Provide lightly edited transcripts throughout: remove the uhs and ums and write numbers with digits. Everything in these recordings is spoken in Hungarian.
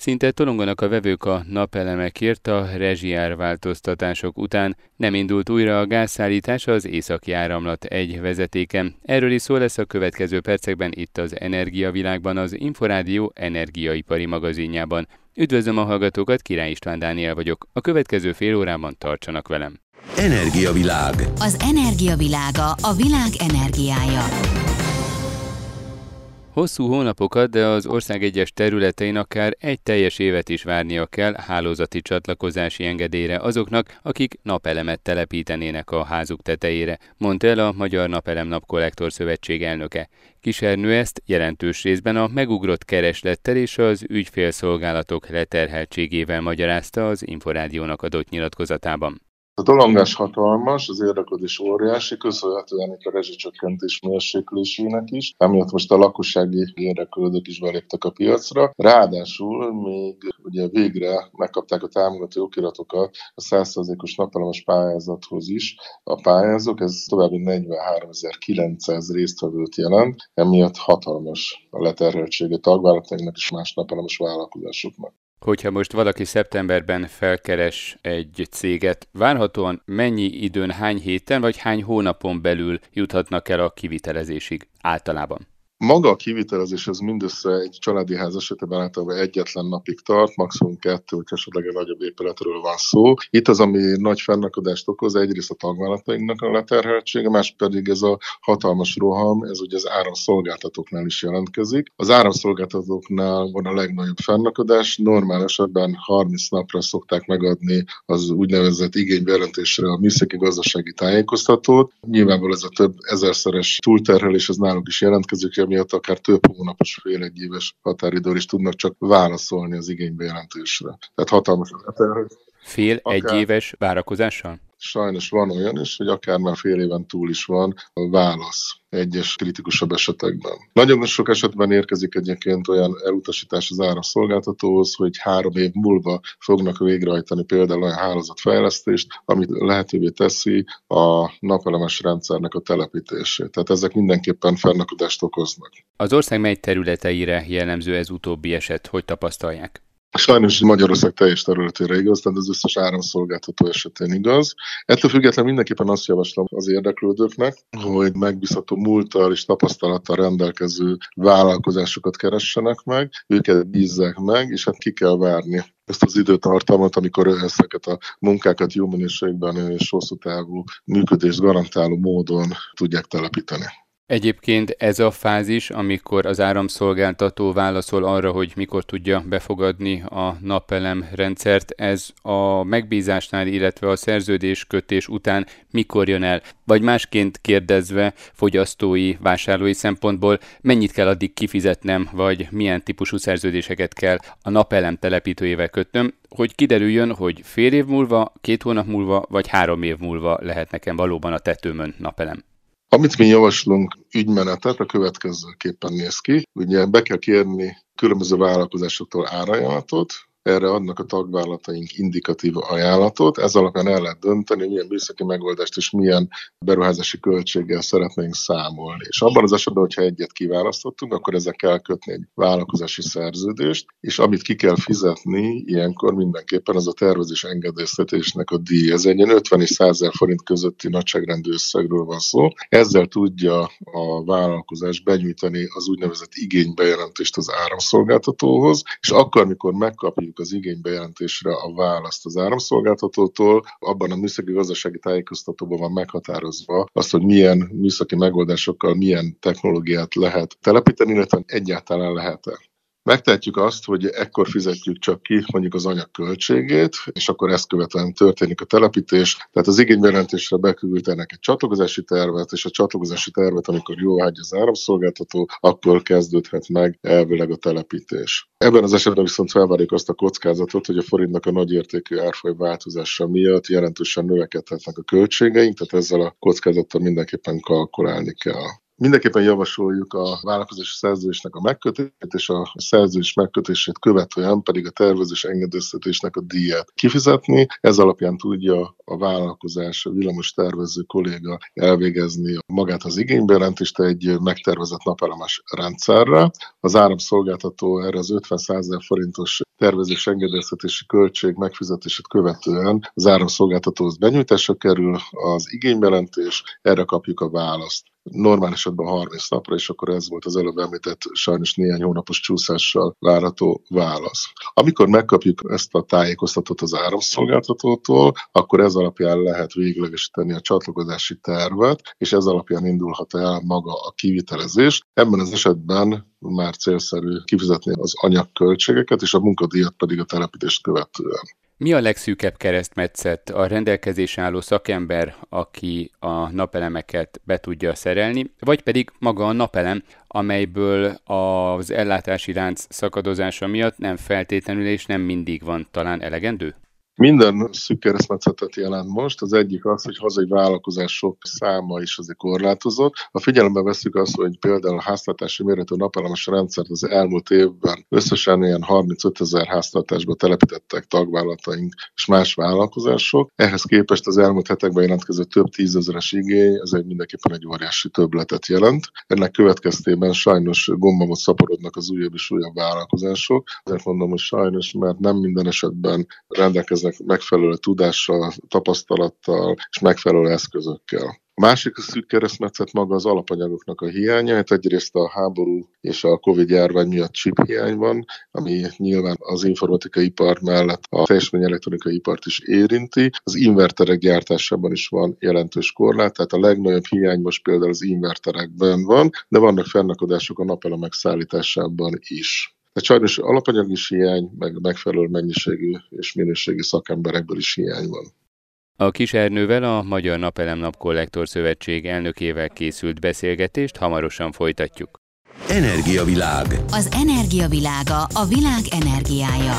Szinte toronganak a vevők a napelemekért a rezsiárváltoztatások után. Nem indult újra a gázszállítás az Északi Áramlat 1 vezetéken. Erről is szó lesz a következő percekben itt az Energiavilágban, az Inforádió energiaipari magazinjában. Üdvözlöm a hallgatókat, Király István Dániel vagyok. A következő fél órában tartsanak velem. Energiavilág. Az energiavilága, a világ energiája. Hosszú hónapokat, de az ország egyes területein akár egy teljes évet is várnia kell hálózati csatlakozási engedélyre azoknak, akik napelemet telepítenének a házuk tetejére, mondta el a Magyar Napelem Napkollektor Szövetség elnöke. Kisernő ezt jelentős részben a megugrott kereslettel és az ügyfélszolgálatok leterheltségével magyarázta az Inforádiónak adott nyilatkozatában. A tolongás hatalmas, az érdeklődés óriási, köszönhetően itt a rezsicsökkentés mérséklésének is, amiatt most a lakossági érdeklődők is beléptek a piacra. Ráadásul még ugye végre megkapták a támogató okiratokat a 100%-os napelemes pályázathoz is a pályázók, ez további 43.900 résztvevőt jelent, emiatt hatalmas a leterheltsége tagvállalatainknak és más napelemes vállalkozásoknak. Hogyha most valaki szeptemberben felkeres egy céget, várhatóan mennyi időn, hány héten vagy hány hónapon belül juthatnak el a kivitelezésig általában? Maga a kivitelezés az mindössze egy családi ház esetében általában egyetlen napig tart, maximum 2, hogyha esetleg egy nagyobb épületről van szó. Itt az, ami nagy fennakadást okoz, egyrészt a tagvállalatainknak a leterheltsége, más pedig ez a hatalmas roham, ez ugye az áramszolgáltatóknál is jelentkezik. Az áramszolgáltatóknál van a legnagyobb fennakadás, normál esetben 30 napra szokták megadni az úgynevezett igénybejelentésre a műszaki gazdasági tájékoztatót. Nyilvánvalóan ez a több ezerszeres túlterhelés, ez náluk is jelentkezik, miatt akár több hónapos, fél-egy éves határidőre is tudnak csak válaszolni az igénybejelentésre. Tehát hatalmas a leterhelés. Egy éves várakozással? Sajnos van olyan is, hogy akár már fél éven túl is van a válasz egyes kritikusabb esetekben. Nagyon sok esetben érkezik egyébként olyan elutasítás az áramszolgáltatóhoz, hogy 3 év múlva fognak végrehajtani például olyan hálózatfejlesztést, amit lehetővé teszi a napelemes rendszernek a telepítését. Tehát ezek mindenképpen fennakadást okoznak. Az ország mely területeire jellemző ez utóbbi eset, hogy tapasztalják? Sajnos Magyarország teljes területére igaz, tehát az összes áramszolgáltató esetén igaz. Ettől függetlenül mindenképpen azt javaslom az érdeklődőknek, hogy megbízható múlttal és tapasztalattal rendelkező vállalkozásokat keressenek meg, őket bízzák meg, és hát ki kell várni ezt az időtartalmat, amikor ezeket a munkákat jó minőségben és hosszú távú működést garantáló módon tudják telepíteni. Egyébként ez a fázis, amikor az áramszolgáltató válaszol arra, hogy mikor tudja befogadni a napelem rendszert, ez a megbízásnál, illetve a szerződéskötés után mikor jön el? Vagy másként kérdezve, fogyasztói, vásárlói szempontból mennyit kell addig kifizetnem, vagy milyen típusú szerződéseket kell a napelem telepítőjével kötnöm, hogy kiderüljön, hogy fél év múlva, 2 hónap múlva, vagy 3 év múlva lehet nekem valóban a tetőmön napelem. Amit mi javaslunk ügymenetet, a következőképpen néz ki. Ugye be kell kérni különböző vállalkozásoktól árajánlatot, erre adnak a tagvállalataink indikatív ajánlatot, ez alapján el lehet dönteni, milyen műszaki megoldást és milyen beruházási költséggel szeretnénk számolni. És abban az esetben, hogyha egyet kiválasztottunk, akkor ezzel kell kötni egy vállalkozási szerződést, és amit ki kell fizetni, ilyenkor mindenképpen az a tervezés engedélyeztetésnek a díj. Ez egy 50 és 100 000 forint közötti nagyságrendű összegről van szó. Ezzel tudja a vállalkozás benyújtani az úgynevezett igénybejelentést az áramszolgáltatóhoz, és akkor, mikor megkapjuk az igénybejelentésre a választ az áramszolgáltatótól, abban a műszaki gazdasági tájékoztatóban van meghatározva azt, hogy milyen műszaki megoldásokkal, milyen technológiát lehet telepíteni, illetve egyáltalán lehet-e. Megtehetjük azt, hogy ekkor fizetjük csak ki mondjuk az anyag költségét, és akkor ezt követően történik a telepítés. Tehát az igénybejelentésre beküldtenek egy csatlakozási tervet, és a csatlakozási tervet, amikor jóváhagyja az áramszolgáltató, akkor kezdődhet meg elvileg a telepítés. Ebben az esetben viszont felvárjuk azt a kockázatot, hogy a forintnak a nagyértékű árfolyam változása miatt jelentősen növekedhetnek a költségeink, tehát ezzel a kockázattal mindenképpen kalkulálni kell. Mindenképpen javasoljuk a vállalkozási szerződésnek a megkötését, és a szerződés megkötését követően pedig a tervezés engedélyeztetésnek a díját kifizetni. Ez alapján tudja a vállalkozás, a villamos tervező kolléga elvégezni magát az igénybejelentést egy megtervezett napelemes rendszerre. Az áramszolgáltató erre az 50 000 forintos tervezés engedélyeztetési költség megfizetését követően az áramszolgáltatóhoz benyújtásra kerül az igénybejelentés, erre kapjuk a választ. Normál esetben 30 napra, és akkor ez volt az előbb említett sajnos néhány hónapos csúszással várható válasz. Amikor megkapjuk ezt a tájékoztatót az áramszolgáltatótól, akkor ez alapján lehet véglegesíteni a csatlakozási tervet, és ez alapján indulhat el maga a kivitelezés. Ebben az esetben már célszerű kifizetni az anyagköltségeket, és a munkadíjat pedig a telepítést követően. Mi a legszűkebb keresztmetszet a rendelkezésre álló szakember, aki a napelemeket be tudja szerelni, vagy pedig maga a napelem, amelyből az ellátási lánc szakadozása miatt nem feltétlenül és nem mindig van talán elegendő? Minden szűk keresztmetszetet jelent most. Az egyik az, hogy hazai vállalkozások száma is azért korlátozott. Ha figyelembe vesszük azt, hogy például a háztartási méretű napelemes rendszert az elmúlt évben összesen ilyen 35 000 háztartásba telepítettek tagvállalataink és más vállalkozások. Ehhez képest az elmúlt hetekben jelentkező több 10 000-es igény, ez mindenképpen egy óriási többletet jelent. Ennek következtében sajnos gombamot szaporodnak az újabb és újabb vállalkozások. Ezért mondom, hogy sajnos, mert nem minden esetben rendelkeznek megfelelő tudással, tapasztalattal és megfelelő eszközökkel. A másik szűk keresztmetszet maga az alapanyagoknak a hiánya. Hát egyrészt a háború és a Covid-járvány miatt chip hiány van, ami nyilván az informatikai ipar mellett a teljesítményelektronikai ipart is érinti. Az inverterek gyártásában is van jelentős korlát, tehát a legnagyobb hiány most például az inverterekben van, de vannak fennakadások a napelemek szállításában is. Tehát sajnos alapanyag is hiány, meg megfelelő mennyiségű és minőségi szakemberekből is hiány van. A Kis Ernővel, a Magyar Napelem Napkollektor Szövetség elnökével készült beszélgetést hamarosan folytatjuk. Energiavilág. Az energiavilága, a világ energiája.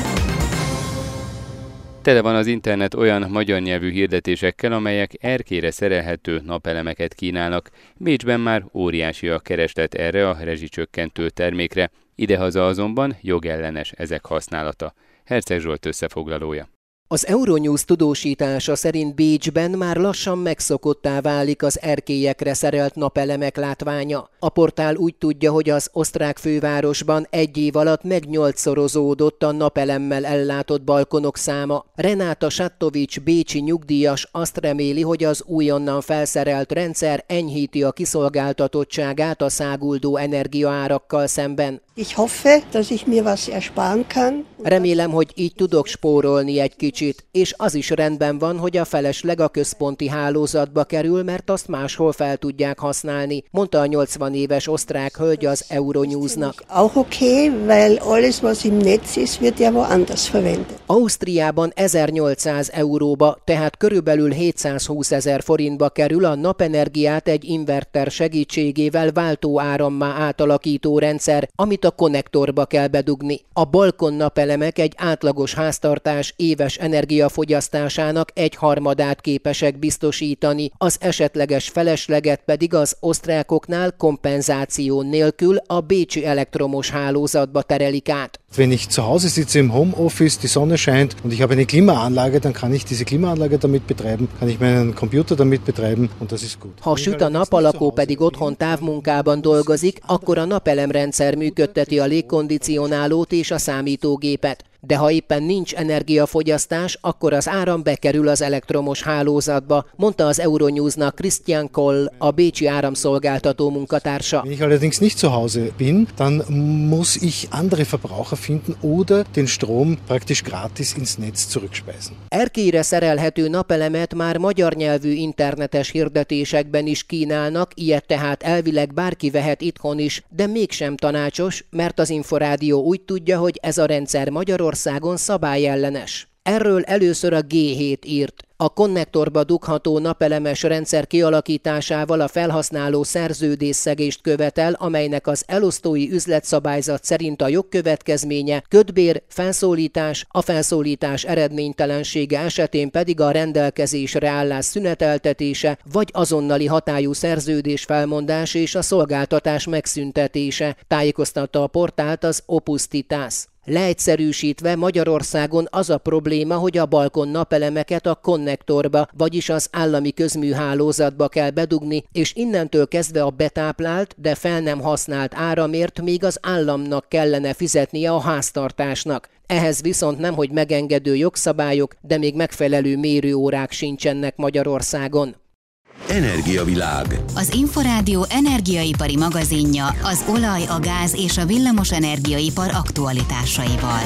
Tele van az internet olyan magyar nyelvű hirdetésekkel, amelyek erkére szerelhető napelemeket kínálnak. Bécsben már óriási a kereslet erre a rezsicsökkentő termékre. Idehaza azonban jogellenes ezek használata. Herceg Zsolt összefoglalója. Az Euronews tudósítása szerint Bécsben már lassan megszokottá válik az erkélyekre szerelt napelemek látványa. A portál úgy tudja, hogy az osztrák fővárosban egy év alatt meg8-szorozódott a napelemmel ellátott balkonok száma. Renáta Sattovics bécsi nyugdíjas azt reméli, hogy az újonnan felszerelt rendszer enyhíti a kiszolgáltatottságát a száguldó energiaárakkal szemben. Ich hoffe, dass ich mir was ersparen kann. Remélem, hogy így tudok spórolni egy kicsit, és az is rendben van, hogy a felesleg a központi hálózatba kerül, mert azt máshol fel tudják használni, mondta a 80 éves osztrák hölgy az Euronewsnak. Auch okay, weil alles, was im Netz ist, wird ja woanders verwendet. Ausztriában 1800 euróba, tehát körülbelül 720 000 forintba kerül a napenergiát egy inverter segítségével váltóárammá átalakító rendszer, amit a konnektorba kell bedugni. A balkon napelemek egy átlagos háztartás éves energiafogyasztásának 1/3 képesek biztosítani, az esetleges felesleget pedig az osztrákoknál kompenzáció nélkül a bécsi elektromos hálózatba terelik át. Wenn ich zu Hause sitze im Homeoffice, die Sonne scheint und ich habe eine Klimaanlage, dann kann ich diese Klimaanlage damit betreiben, kann ich meinen Computer damit betreiben und das ist gut. Ha süt a nap, a lakó pedig otthon távmunkában dolgozik, akkor a napelemrendszer működteti a légkondicionálót és a számítógépet. De ha éppen nincs energiafogyasztás, akkor az áram bekerül az elektromos hálózatba, mondta az Euronewsnak Christian Koll, a bécsi áramszolgáltató munkatársa. Wenn ich allerdings nicht zu Hause bin, dann muss ich andere Verbraucher finden oder den Strom praktisch gratis ins Netz zurückspeisen. Erkélyre szerelhető napelemet már magyar nyelvű internetes hirdetésekben is kínálnak, ilyet tehát elvileg bárki vehet itthon is, de mégsem tanácsos, mert az Inforádió úgy tudja, hogy ez a rendszer Magyarországon szabályellenes. Erről először a G7 írt. A konnektorba dugható napelemes rendszer kialakításával a felhasználó szerződésszegést követel, amelynek az elosztói üzletszabályzat szerint a jogkövetkezménye kötbér, felszólítás, a felszólítás eredménytelensége esetén pedig a rendelkezésre állás szüneteltetése, vagy azonnali hatályú szerződésfelmondás és a szolgáltatás megszüntetése, tájékoztatta a portált az Opus Titász. Leegyszerűsítve Magyarországon az a probléma, hogy a balkon napelemeket a konnektorba, vagyis az állami közműhálózatba kell bedugni, és innentől kezdve a betáplált, de fel nem használt áramért még az államnak kellene fizetnie a háztartásnak. Ehhez viszont nemhogy megengedő jogszabályok, de még megfelelő mérőórák sincsenek Magyarországon. Energiavilág. Az Inforádió energiaipari magazinja az olaj, a gáz és a villamos energiaipar aktualitásaival.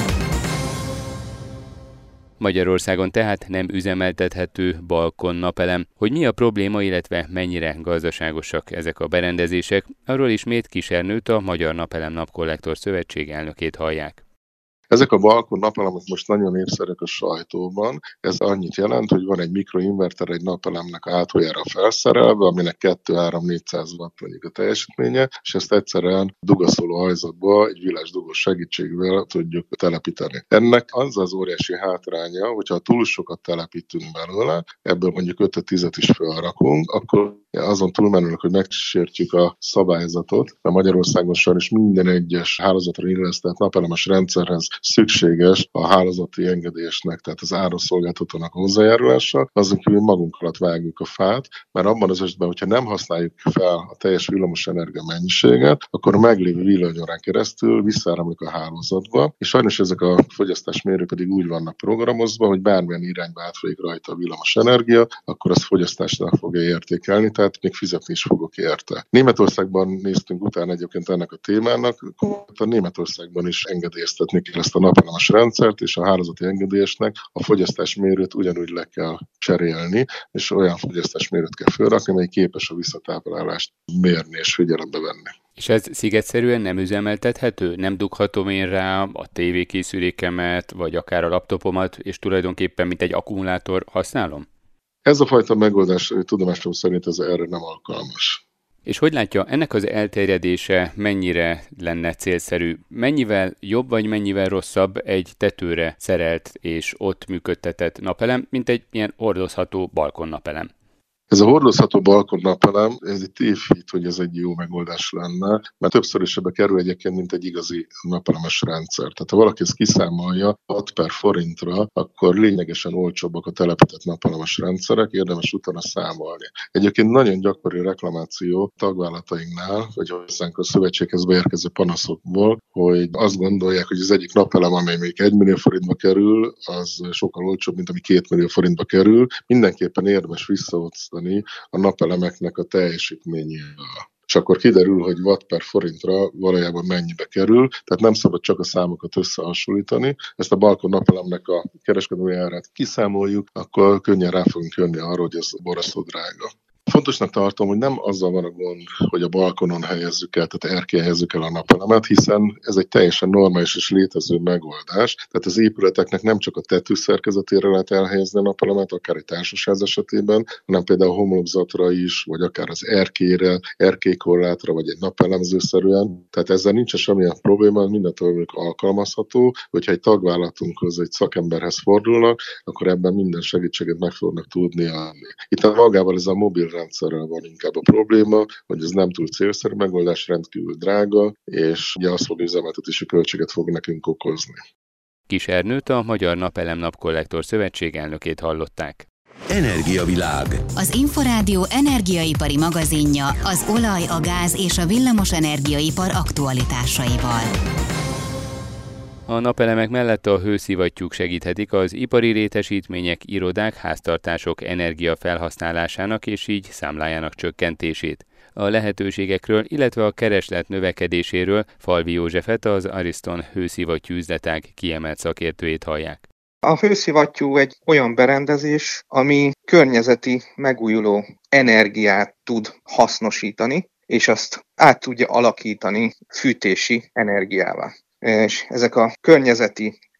Magyarországon tehát nem üzemeltethető balkonnapelem. Hogy mi a probléma, illetve mennyire gazdaságosak ezek a berendezések, arról ismét Kis Ernőt, a Magyar Napelem Napkollektor Szövetség elnökét hallják. Ezek a balkon napelemek most nagyon népszerűek a sajtóban. Ez annyit jelent, hogy van egy mikroinverter egy napelemnek átoljára felszerelve, aminek 2-3-400 watt mondjuk a teljesítménye, és ezt egyszerűen dugaszoló ajzatba egy villás dugós segítségével tudjuk telepíteni. Ennek az óriási hátránya, hogyha túl sokat telepítünk belőle, ebből mondjuk 5-10-et is felrakunk, akkor azon túlmenőleg, hogy megsértjük a szabályzatot, mert Magyarországon sajnos minden egyes hálózatra illesztett napelemes rendszerhez szükséges a hálózati engedélyesnek, tehát az áramszolgáltatónak hozzájárulása, azon kívül magunk alatt vágjuk a fát, mert abban az esetben, hogyha nem használjuk fel a teljes villamos energia mennyiséget, akkor a meglévő villanyórán keresztül visszaáramlik a hálózatba, és sajnos ezek a fogyasztásmérők pedig úgy vannak programozva, hogy bármilyen irányba átfolyik rajta a villamos energia, akkor azt fogyasztásnak fogja értékelni, tehát még fizetni is fogok érte. Németországban néztünk utána egyébként ennek a témának, a Németországban is engedélyeztetni kell ezt a napelemes rendszert, és a hálózati engedélyesnek a fogyasztásmérőt ugyanúgy le kell cserélni, és olyan fogyasztásmérőt kell felrakni, amely képes a visszatáplálást mérni és figyelembe venni. És ez szigetszerűen nem üzemeltethető? Nem dughatom én rá a tévékészülékemet, vagy akár a laptopomat, és tulajdonképpen mint egy akkumulátor használom? Ez a fajta megoldás tudomásom szerint ez erre nem alkalmas. És hogy látja, ennek az elterjedése mennyire lenne célszerű? Mennyivel jobb vagy mennyivel rosszabb egy tetőre szerelt és ott működtetett napelem, mint egy ilyen hordozható balkonnapelem? Ez a hordozható balkonnapelem, ez egy tévhit, hogy ez egy jó megoldás lenne, mert többször is ebbe kerül egyébként, mint egy igazi napelemes rendszer. Tehát ha valaki ezt kiszámolja 6 per forintra, akkor lényegesen olcsóbbak a telepített napelemes rendszerek, érdemes utána számolni. Egyébként nagyon gyakori reklamáció tagvállalatainknál, vagy hozzánk a szövetséghez beérkező panaszokból, hogy azt gondolják, hogy az egyik napelem, amely még 1 millió forintba kerül, az sokkal olcsóbb, mint ami 2 millió forintba kerül. Mindenképpen érdemes visszaosztani a napelemeknek a teljesítményével. És akkor kiderül, hogy watt per forintra valójában mennyibe kerül, tehát nem szabad csak a számokat összehasonlítani. Ezt a balkon napelemnek a kereskedői árát kiszámoljuk, akkor könnyen rá fogunk jönni arra, hogy ez borzasztó drága. Fontosnak tartom, hogy nem azzal van a gond, hogy a balkonon helyezzük el, tehát erkélyen helyezzük el a napelemet, hiszen ez egy teljesen normális és létező megoldás. Tehát az épületeknek nem csak a tető szerkezetére lehet elhelyezni a napelemet, akár egy társasház esetében, hanem például a homlokzatra is, vagy akár az erkélyre, erkélykorlátra, vagy egy napelemzőszerűen. Tehát ezzel nincs semmilyen probléma, mindentől alkalmazható, hogyha egy tagvállalatunkhoz, egy szakemberhez fordulnak, akkor ebben minden segítséget meg fognak tudni adni. Itt magával ez a mobil rendszerrel van inkább a probléma, hogy ez nem túl célszerű megoldás, rendkívül drága, és ugye azt fog üzemeltetési költséget fog nekünk okozni. Kis Ernőt, a Magyar Napelem Napkollektor Szövetség elnökét hallották. Energiavilág. Az Inforádió energiaipari magazinja az olaj, a gáz és a villamos energiaipar aktualitásaival. A napelemek mellett a hőszivattyúk segíthetik az ipari létesítmények, irodák, háztartások energiafelhasználásának és így számlájának csökkentését. A lehetőségekről, illetve a kereslet növekedéséről Falvi Józsefet, az Ariston hőszivattyú üzletág kiemelt szakértőjét hallják. A hőszivattyú egy olyan berendezés, ami környezeti megújuló energiát tud hasznosítani, és azt át tudja alakítani fűtési energiává. És ezek a környezeti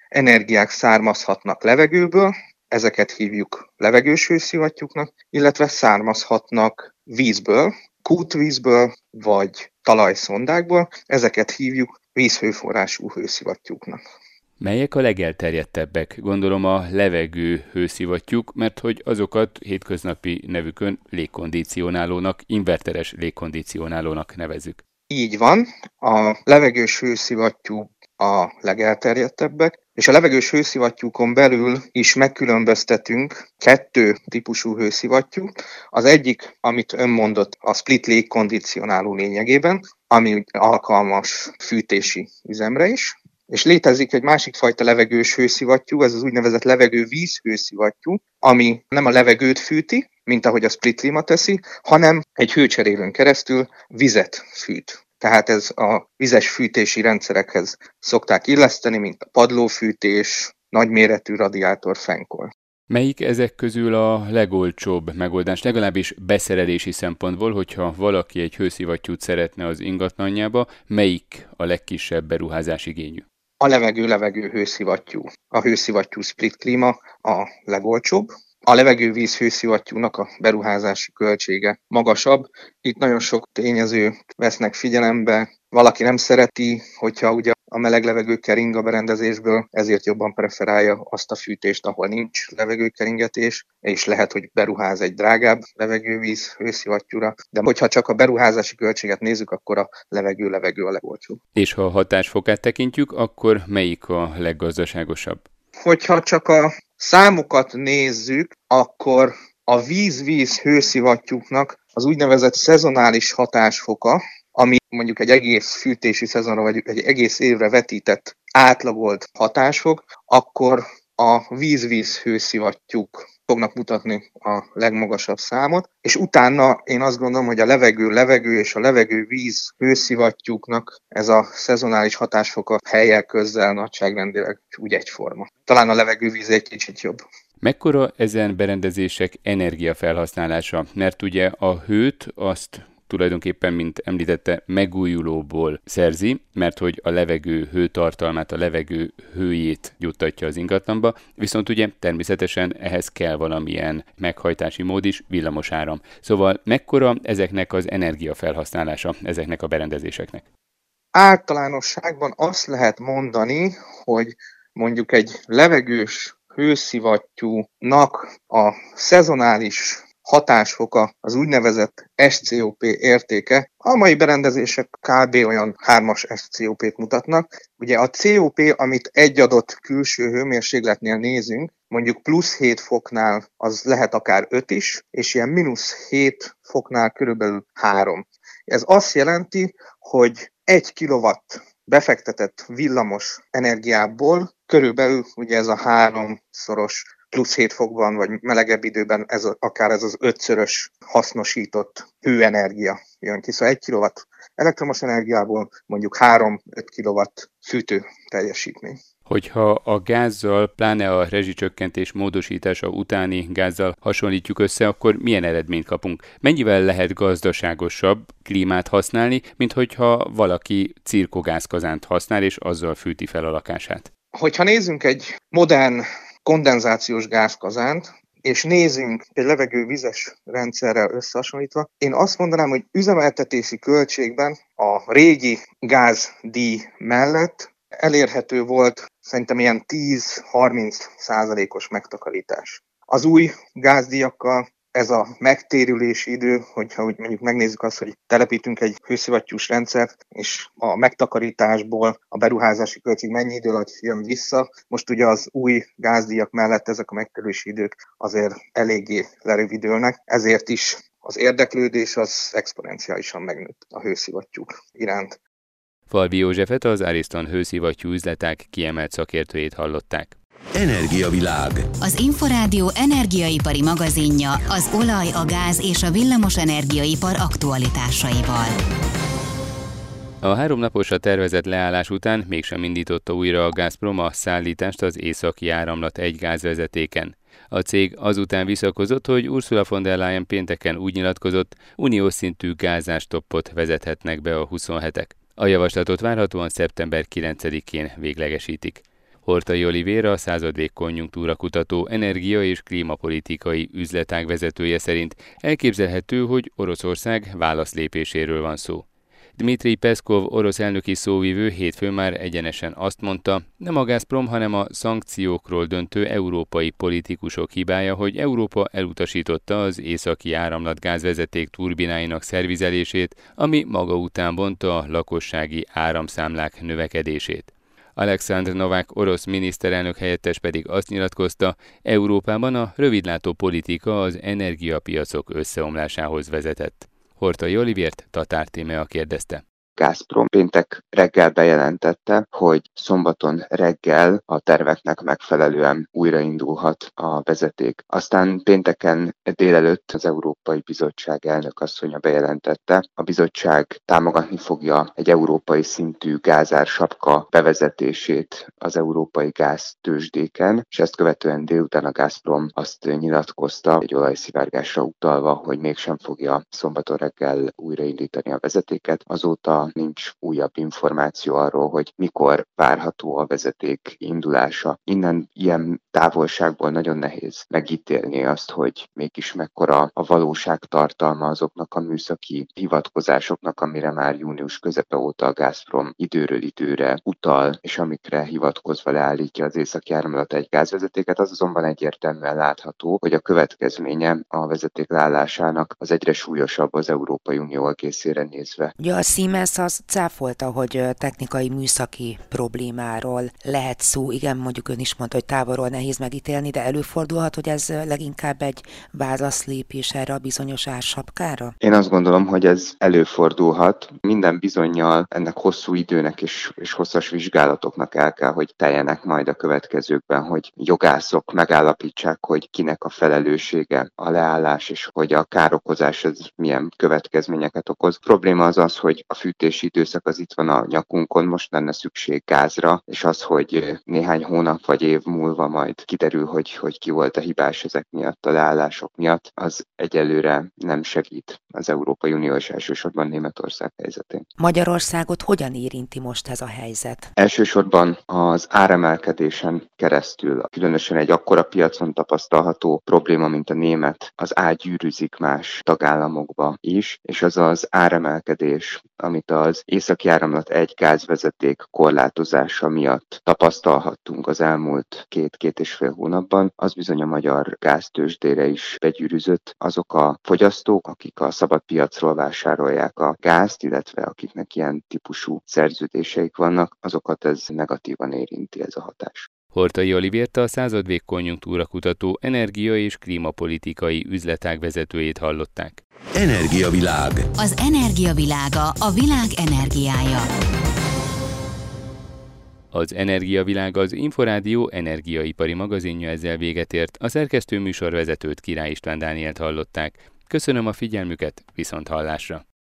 energiák származhatnak levegőből, ezeket hívjuk levegős hőszivattyúknak, illetve származhatnak vízből, kútvízből vagy talajszondákból, ezeket hívjuk vízhőforrású hőszivattyúknak. Melyek a legelterjedtebbek? Gondolom a levegő hőszivattyúk, mert hogy azokat hétköznapi nevükön légkondicionálónak, inverteres légkondicionálónak nevezzük. Így van, a levegős hőszivattyú a legelterjedtebbek, és a levegős hőszivattyúkon belül is megkülönböztetünk 2 típusú hőszivattyú. Az egyik, amit ön mondott, a split légkondicionáló lényegében, ami alkalmas fűtési üzemre is. És létezik egy másik fajta levegős hőszivattyú, ez az úgynevezett levegő-víz hőszivattyú, ami nem a levegőt fűti, mint ahogy a split klíma teszi, hanem egy hőcserélőn keresztül vizet fűt. Tehát ez a vizes fűtési rendszerekhez szokták illeszteni, mint a padlófűtés, nagyméretű radiátorfenkol. Melyik ezek közül a legolcsóbb megoldás, legalábbis beszerelési szempontból, hogyha valaki egy hőszivattyút szeretne az ingatlanjába, melyik a legkisebb beruházás igényű? A levegő hőszivattyú. A hőszivattyú split klíma a legolcsóbb. A levegő-víz hőszivattyúnak a beruházási költsége magasabb. Itt nagyon sok tényezőt vesznek figyelembe. Valaki nem szereti, hogyha ugye a meleg levegő kering a berendezésből, ezért jobban preferálja azt a fűtést, ahol nincs levegőkeringetés, és lehet, hogy beruház egy drágább levegő-víz hőszivattyúra, de hogyha csak a beruházási költséget nézzük, akkor a levegő a legolcsóbb. És ha a hatásfokát tekintjük, akkor melyik a leggazdaságosabb? Hogyha csak a számokat nézzük, akkor a víz-víz hőszivattyúknak az úgynevezett szezonális hatásfoka, ami mondjuk egy egész fűtési szezonra vagy egy egész évre vetített átlagolt hatásfok, akkor a víz-víz hőszivattyúk fognak mutatni a legmagasabb számot, és utána én azt gondolom, hogy a levegő és a levegő-víz hőszivattyúknak ez a szezonális hatásfoka hellyel közzel nagyságrendileg úgy egyforma. Talán a levegő-víz egy kicsit jobb. Mekkora ezen berendezések energiafelhasználása? Mert ugye a hőt azt tulajdonképpen, mint említette, megújulóból szerzi, mert hogy a levegő hőtartalmát, a levegő hőjét juttatja az ingatlanba, viszont ugye természetesen ehhez kell valamilyen meghajtási mód is, villamosáram. Szóval mekkora ezeknek az energiafelhasználása, ezeknek a berendezéseknek? Általánosságban azt lehet mondani, hogy mondjuk egy levegős hőszivattyúnak a szezonális hatásfoka, az úgynevezett SCOP értéke. A mai berendezések kb. Olyan 3-as SCOP-t mutatnak. Ugye a COP, amit egy adott külső hőmérsékletnél nézünk, mondjuk plusz 7 foknál az lehet akár 5 is, és ilyen mínusz 7 foknál körülbelül 3. Ez azt jelenti, hogy 1 kilowatt befektetett villamos energiából körülbelül ugye ez a 3-szoros plusz 7 fokban, vagy melegebb időben akár ez az 5-szörös hasznosított hőenergia jön ki. Szóval 1 kW elektromos energiából mondjuk 3-5 kW fűtő teljesítmény. Hogyha a gázzal, pláne a rezsicsökkentés módosítása utáni gázzal hasonlítjuk össze, akkor milyen eredményt kapunk? Mennyivel lehet gazdaságosabb klímát használni, mint hogyha valaki cirkogázkazánt használ, és azzal fűti fel a lakását? Hogyha nézzünk egy modern kondenzációs gázkazánt, és nézzünk egy levegő-vizes rendszerrel összehasonlítva, én azt mondanám, hogy üzemeltetési költségben a régi gázdíj mellett elérhető volt szerintem ilyen 10-30%-os megtakarítás. Az új gázdíjakkal ez a megtérülési idő, hogyha úgy mondjuk megnézzük azt, hogy telepítünk egy hőszivattyús rendszert, és a megtakarításból a beruházási költség mennyi idő alatt jön vissza. Most ugye az új gázdíjak mellett ezek a megtérülési idők azért eléggé lerövidülnek, ezért is az érdeklődés az exponenciálisan megnőtt a hőszivattyúk iránt. Falvi Józsefet, az Ariston hőszivattyú üzletág kiemelt szakértőjét hallották. Energiavilág. Az Inforádió energiaipari magazinja az olaj, a gáz és a villamos energiaipar aktualitásaival. A 3 naposra tervezett leállás után mégsem indította újra a Gazprom a szállítást az északi áramlat 1 gázvezetéken. A cég azután visszakozott, hogy Ursula von der Leyen pénteken úgy nyilatkozott, uniós szintű gázástoppot vezethetnek be a 27-ek. A javaslatot várhatóan szeptember 9-én véglegesítik. Horthy Olivéra, a Századvég konjunktúra kutató energia- és klímapolitikai üzletág vezetője szerint elképzelhető, hogy Oroszország válaszlépéséről van szó. Dmitri Peszkov orosz elnöki szóvivő hétfőn már egyenesen azt mondta, nem a Gazprom, hanem a szankciókról döntő európai politikusok hibája, hogy Európa elutasította az északi áramlat gázvezeték turbináinak szervizelését, ami maga után vonta a lakossági áramszámlák növekedését. Alexandr Novák orosz miniszterelnök helyettes pedig azt nyilatkozta, Európában a rövidlátó politika az energiapiacok összeomlásához vezetett. Horthy Olivért Tatár Tímea kérdezte. Gazprom péntek reggel bejelentette, hogy szombaton reggel a terveknek megfelelően újraindulhat a vezeték. Aztán pénteken délelőtt az Európai Bizottság elnök asszonya bejelentette, a bizottság támogatni fogja egy európai szintű gázársapka bevezetését az európai gáztőzsdéken, és ezt követően délután a Gazprom azt nyilatkozta, egy olajszivárgásra utalva, hogy mégsem fogja szombaton reggel újraindítani a vezetéket. Azóta nincs újabb információ arról, hogy mikor várható a vezeték indulása. Innen ilyen távolságból nagyon nehéz megítélni azt, hogy mégis mekkora a valóságtartalma azoknak a műszaki hivatkozásoknak, amire már június közepe óta a Gazprom időről időre utal, és amikre hivatkozva leállítja az északi áramlat egy gázvezetéket. Az azonban egyértelműen látható, hogy a következménye a vezeték leállásának az egyre súlyosabb az Európai Unió egészére nézve. Ja, a Siemens az cáfolta, hogy technikai műszaki problémáról lehet szó. Igen, mondjuk ön is mondta, hogy távolról nehéz megítélni, de előfordulhat, hogy ez leginkább egy válaszlépés erre a bizonyos ársapkára? Én azt gondolom, hogy ez előfordulhat. Minden bizonnyal ennek hosszú időnek és hosszas vizsgálatoknak el kell, hogy teljenek majd a következőkben, hogy jogászok megállapítsák, hogy kinek a felelőssége a leállás, és hogy a károkozás ez milyen következményeket okoz. A probléma az, hogy a fűtési időszak az itt van a nyakunkon, most lenne szükség gázra, és az, hogy néhány hónap vagy év múlva majd kiderül, hogy ki volt a hibás ezek miatt, a leállások miatt, az egyelőre nem segít az Európai Unió és elsősorban Németország helyzetén. Magyarországot hogyan érinti most ez a helyzet? Elsősorban az áremelkedésen keresztül, különösen egy akkora piacon tapasztalható probléma, mint a német, az átgyűrűzik más tagállamokba is, és az az áremelkedés, amit az északi áramlat egy gázvezeték korlátozása miatt tapasztalhattunk az elmúlt két és fél hónapban, az bizony a magyar gáztőzsdére is begyűrűzött. Azok a fogyasztók, akik a szabad piacról vásárolják a gázt, illetve akiknek ilyen típusú szerződéseik vannak, azokat ez negatívan érinti ez a hatás. Horthy Olivért, a Századvég konjunktúra kutató energia- és klímapolitikai üzletág vezetőjét hallották. Energiavilág. Az energiavilága, a világ energiája. Az Energiavilág az Inforádió energiaipari magazinja ezzel véget ért. A szerkesztő műsorvezetőt, Király István Dánielt hallották. Köszönöm a figyelmüket, viszonthallásra!